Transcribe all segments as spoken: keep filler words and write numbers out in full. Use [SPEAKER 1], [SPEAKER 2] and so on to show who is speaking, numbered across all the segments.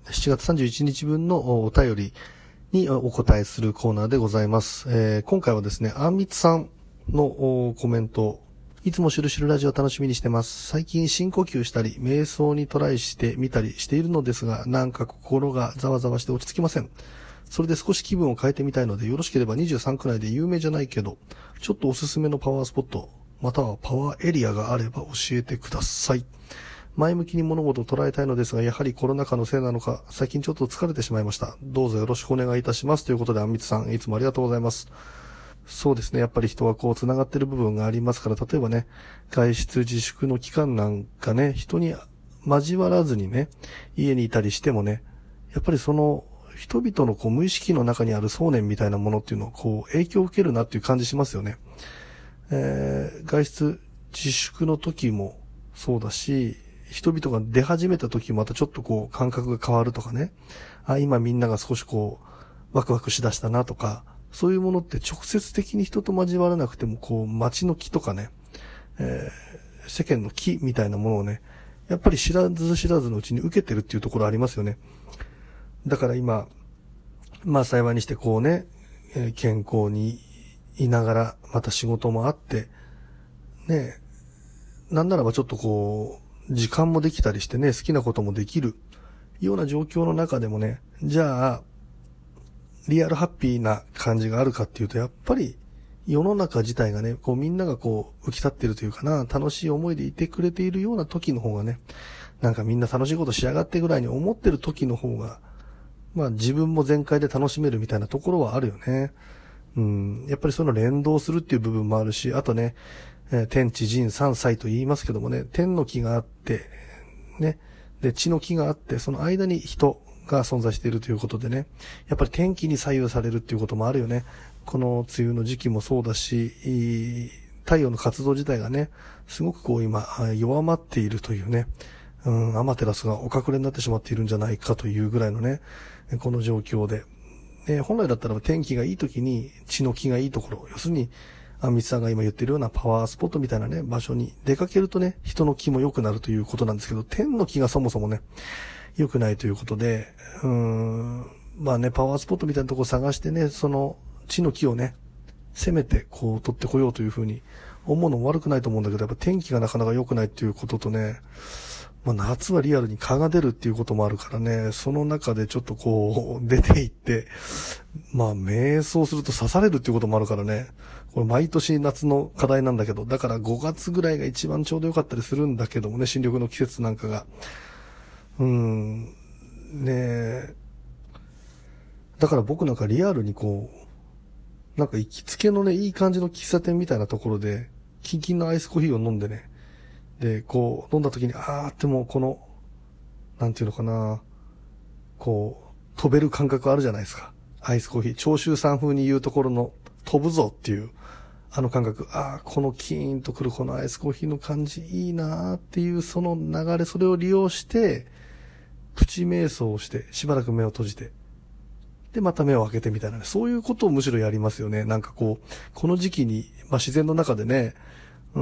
[SPEAKER 1] しちがつさんじゅういちにちぶんのお便りにお答えするコーナーでございます。えー、今回はですね、あんみつさんのコメント、いつもしるしるラジオ楽しみにしてます。最近深呼吸したり、瞑想にトライしてみたりしているのですが、なんか心がざわざわして落ち着きません。それで少し気分を変えてみたいので、よろしければにじゅうさんくらいで有名じゃないけど、ちょっとおすすめのパワースポット、またはパワーエリアがあれば教えてください。前向きに物事を捉えたいのですが、やはりコロナ禍のせいなのか、最近ちょっと疲れてしまいました。どうぞよろしくお願いいたします。ということで、あんみつさん、いつもありがとうございます。そうですね。やっぱり人はこう繋がっている部分がありますから、例えばね、外出自粛の期間なんかね、人に交わらずにね、家にいたりしてもね、やっぱりその人々のこう無意識の中にある想念みたいなものっていうのをこう影響を受けるなっていう感じしますよね。えー、外出自粛の時もそうだし、人々が出始めた時またちょっとこう感覚が変わるとかね、あ、今みんなが少しこうワクワクしだしたなとか、そういうものって直接的に人と交わらなくても、こう、街の木とかね、えー、世間の木みたいなものをね、やっぱり知らず知らずのうちに受けてるっていうところありますよね。だから今、まあ幸いにしてこうね、えー、健康にいながら、また仕事もあって、ね、なんならばちょっとこう、時間もできたりしてね、好きなこともできるような状況の中でもね、じゃあ、リアルハッピーな感じがあるかっていうと、やっぱり世の中自体がね、こうみんながこう浮き立ってるというかな、楽しい思いでいてくれているような時の方がね、なんかみんな楽しいことしやがってぐらいに思ってる時の方が、まあ自分も全開で楽しめるみたいなところはあるよね。うん、やっぱりその連動するっていう部分もあるし、あとね、えー、天地人三才と言いますけどもね、天の木があって、ね、で地の木があって、その間に人、が存在しているということでね、やっぱり天気に左右されるっていうこともあるよね。この梅雨の時期もそうだし、太陽の活動自体がね、すごくこう今弱まっているというね、うん、アマテラスがお隠れになってしまっているんじゃないかというぐらいのね、この状況で、ね、本来だったら天気がいい時に地の木がいいところ、要するにあんみつさんが今言ってるようなパワースポットみたいなね、場所に出かけるとね、人の気も良くなるということなんですけど、天の気がそもそもね、良くないということで、うーん、まあね、パワースポットみたいなところを探してね、その地の木をね、せめてこう取ってこようというふうに思うのも悪くないと思うんだけど、やっぱ天気がなかなか良くないっていうこととね、まあ夏はリアルに蚊が出るっていうこともあるからね、その中でちょっとこう出ていって、まあ瞑想すると刺されるっていうこともあるからね、これ毎年夏の課題なんだけど、だからごがつぐらいが一番ちょうど良かったりするんだけどもね、新緑の季節なんかが。うーん、ねえ。だから僕なんかリアルにこう、なんか行きつけのね、いい感じの喫茶店みたいなところで、キンキンのアイスコーヒーを飲んでね、で、こう、飲んだ時に、あーってもうこの、なんていうのかな、こう、飛べる感覚あるじゃないですか。アイスコーヒー。長州さん風に言うところの、飛ぶぞっていう、あの感覚。あー、このキーンとくるこのアイスコーヒーの感じいいなーっていう、その流れ、それを利用して、プチ瞑想をして、しばらく目を閉じて、で、また目を開けてみたいなね。そういうことをむしろやりますよね。なんかこう、この時期に、まあ自然の中でね、うん、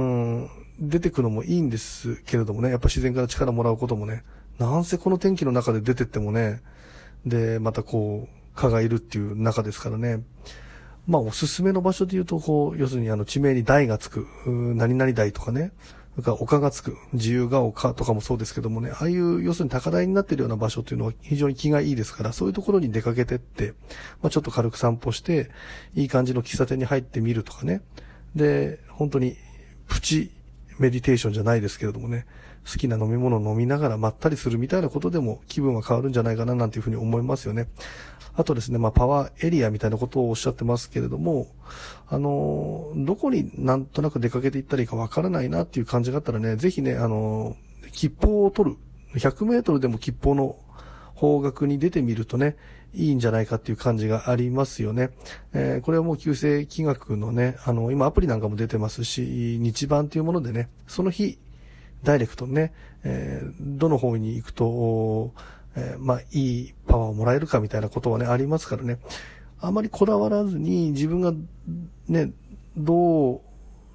[SPEAKER 1] 出てくのもいいんですけれどもね、やっぱ自然から力もらうこともね、なんせこの天気の中で出てってもね、で、またこう、蚊がいるっていう中ですからね。まあおすすめの場所で言うと、こう、要するにあの地名に台がつく、何々台とかね、それから丘がつく、自由が丘とかもそうですけどもね、ああいう要するに高台になっているような場所っていうのは非常に気がいいですから、そういうところに出かけてって、まあちょっと軽く散歩して、いい感じの喫茶店に入ってみるとかね。で、本当にプチメディテーションじゃないですけれどもね、好きな飲み物を飲みながらまったりするみたいなことでも気分は変わるんじゃないかななんていうふうに思いますよね。あとですね、まあパワーエリアみたいなことをおっしゃってますけれども、あの、どこになんとなく出かけていったらいいかわからないなっていう感じがあったらね、ぜひね、あの、切符を取る。ひゃくメートルでも切符の方角に出てみるとね、いいんじゃないかっていう感じがありますよね。えー、これはもう旧世気学のね、あの、今アプリなんかも出てますし、日版というものでね、その日、ダイレクトにね、えー、どの方に行くと、えー、まあ、いいパワーをもらえるかみたいなことはね、ありますからね。あまりこだわらずに自分がね、どう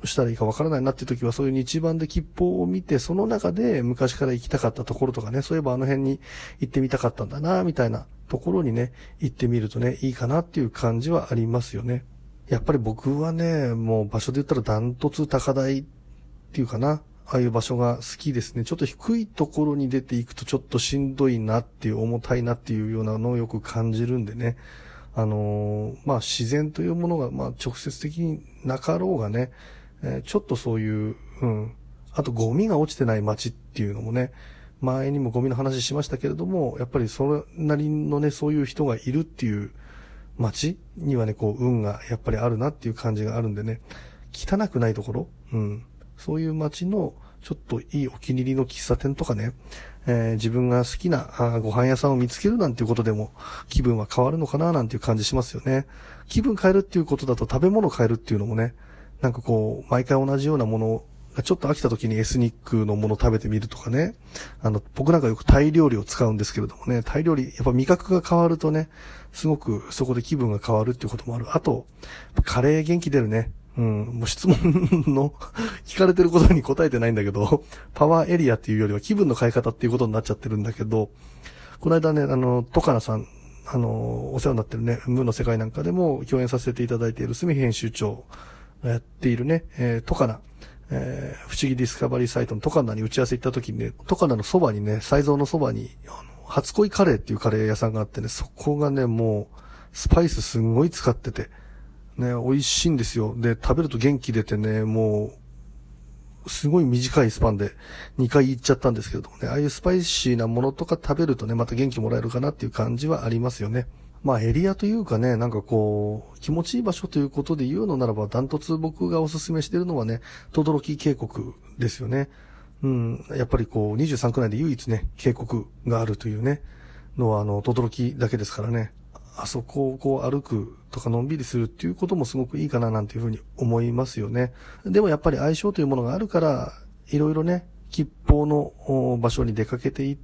[SPEAKER 1] したらいいかわからないなっていう時は、そういう日版で切符を見て、その中で昔から行きたかったところとかね、そういえばあの辺に行ってみたかったんだな、みたいなところにね、行ってみるとね、いいかなっていう感じはありますよね。やっぱり僕はね、もう場所で言ったらダントツ高台っていうかな、ああいう場所が好きですね。ちょっと低いところに出ていくとちょっとしんどいなっていう、重たいなっていうようなのをよく感じるんでね。あのー、まあ自然というものが、まあ直接的になかろうがね、えー、ちょっとそういう、うん。あとゴミが落ちてない街っていうのもね、前にもゴミの話しましたけれども、やっぱりそれなりのね、そういう人がいるっていう街にはね、こう運がやっぱりあるなっていう感じがあるんでね、汚くないところ、うん。そういう街のちょっといいお気に入りの喫茶店とかね、えー、自分が好きなあご飯屋さんを見つけるなんていうことでも気分は変わるのかななんていう感じしますよね。気分変えるっていうことだと食べ物変えるっていうのもね、なんかこう、毎回同じようなものがちょっと飽きた時にエスニックのものを食べてみるとかね。あの、僕なんかよくタイ料理を使うんですけれどもね、タイ料理、やっぱ味覚が変わるとね、すごくそこで気分が変わるっていうこともある。あと、カレー元気出るね。うん、もう質問の聞かれてることに答えてないんだけど、パワーエリアっていうよりは気分の変え方っていうことになっちゃってるんだけど、この間ね、あの、トカナさん、あの、お世話になってるね、ムーの世界なんかでも共演させていただいているスミ編集長がやっているね、えー、トカナ、えー、不思議ディスカバリーサイトのトカナに打ち合わせ行った時にね、トカナのそばにね、サイゾーのそばに、あの、初恋カレーっていうカレー屋さんがあってね、そこがね、もう、スパイスすんごい使ってて、ね、美味しいんですよ。で、食べると元気出てね、もう、すごい短いスパンでにかい行っちゃったんですけれどもね、ああいうスパイシーなものとか食べるとね、また元気もらえるかなっていう感じはありますよね。まあエリアというかね、なんかこう、気持ちいい場所ということで言うのならば、ダントツ僕がおすすめしているのはね、等々力渓谷ですよね。うん、やっぱりこう、にじゅうさんく内で唯一ね、渓谷があるというね、のはあの、等々力だけですからね。あそこをこう歩くとかのんびりするっていうこともすごくいいかななんていうふうに思いますよね。でもやっぱり相性というものがあるから、いろいろね、吉報の場所に出かけていって、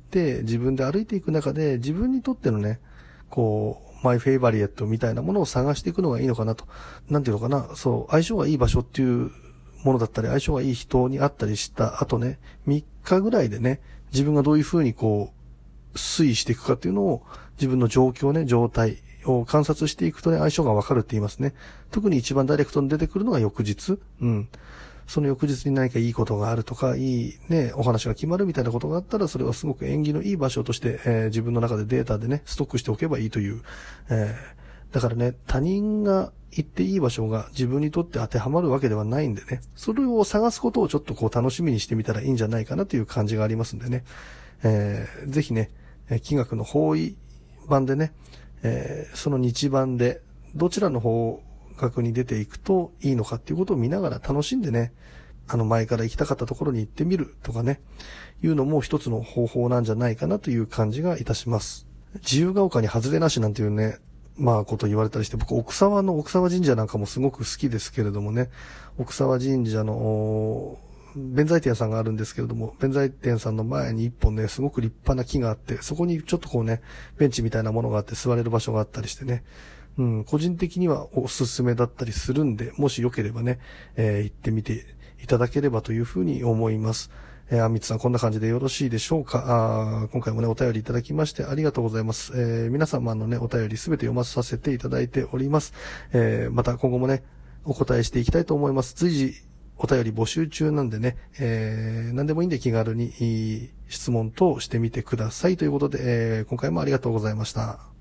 [SPEAKER 1] 自分で歩いていく中で自分にとってのね、こう、マイフェイバリエットみたいなものを探していくのがいいのかなと。なんていうのかな、そう、相性がいい場所っていうものだったり、相性がいい人に会ったりした後ね、みっかぐらいでね、自分がどういうふうにこう、推移していくかっていうのを、自分の状況ね、状態を観察していくとね、相性がわかるって言いますね。特に一番ダイレクトに出てくるのが翌日。うん。その翌日に何かいいことがあるとか、いいね、お話が決まるみたいなことがあったら、それはすごく縁起のいい場所として、えー、自分の中でデータでね、ストックしておけばいいという。えー、だからね、他人が行っていい場所が自分にとって当てはまるわけではないんでね、それを探すことをちょっとこう楽しみにしてみたらいいんじゃないかなという感じがありますんでね。えー、ぜひね、気学の方位版でね、えー、その日版でどちらの方角に出ていくといいのかっていうことを見ながら楽しんでね、あの前から行きたかったところに行ってみるとかね、いうのも一つの方法なんじゃないかなという感じがいたします。自由が丘に外れなしなんていうね、まあこと言われたりして、僕奥沢の奥沢神社なんかもすごく好きですけれどもね、奥沢神社の弁財天さんがあるんですけれども、弁財天さんの前に一本ね、すごく立派な木があって、そこにちょっとこうね、ベンチみたいなものがあって座れる場所があったりしてね、うん、個人的にはおすすめだったりするんで、もしよければね、えー、行ってみていただければというふうに思います。えー、あみつさんこんな感じでよろしいでしょうか。あ今回もね、お便りいただきましてありがとうございます。えー、皆様のね、お便りすべて読まさせていただいております。えー、また今後もね、お答えしていきたいと思います。随時、お便り募集中なんでね、えー、何でもいいんで気軽に質問等してみてくださいということで、えー、今回もありがとうございました。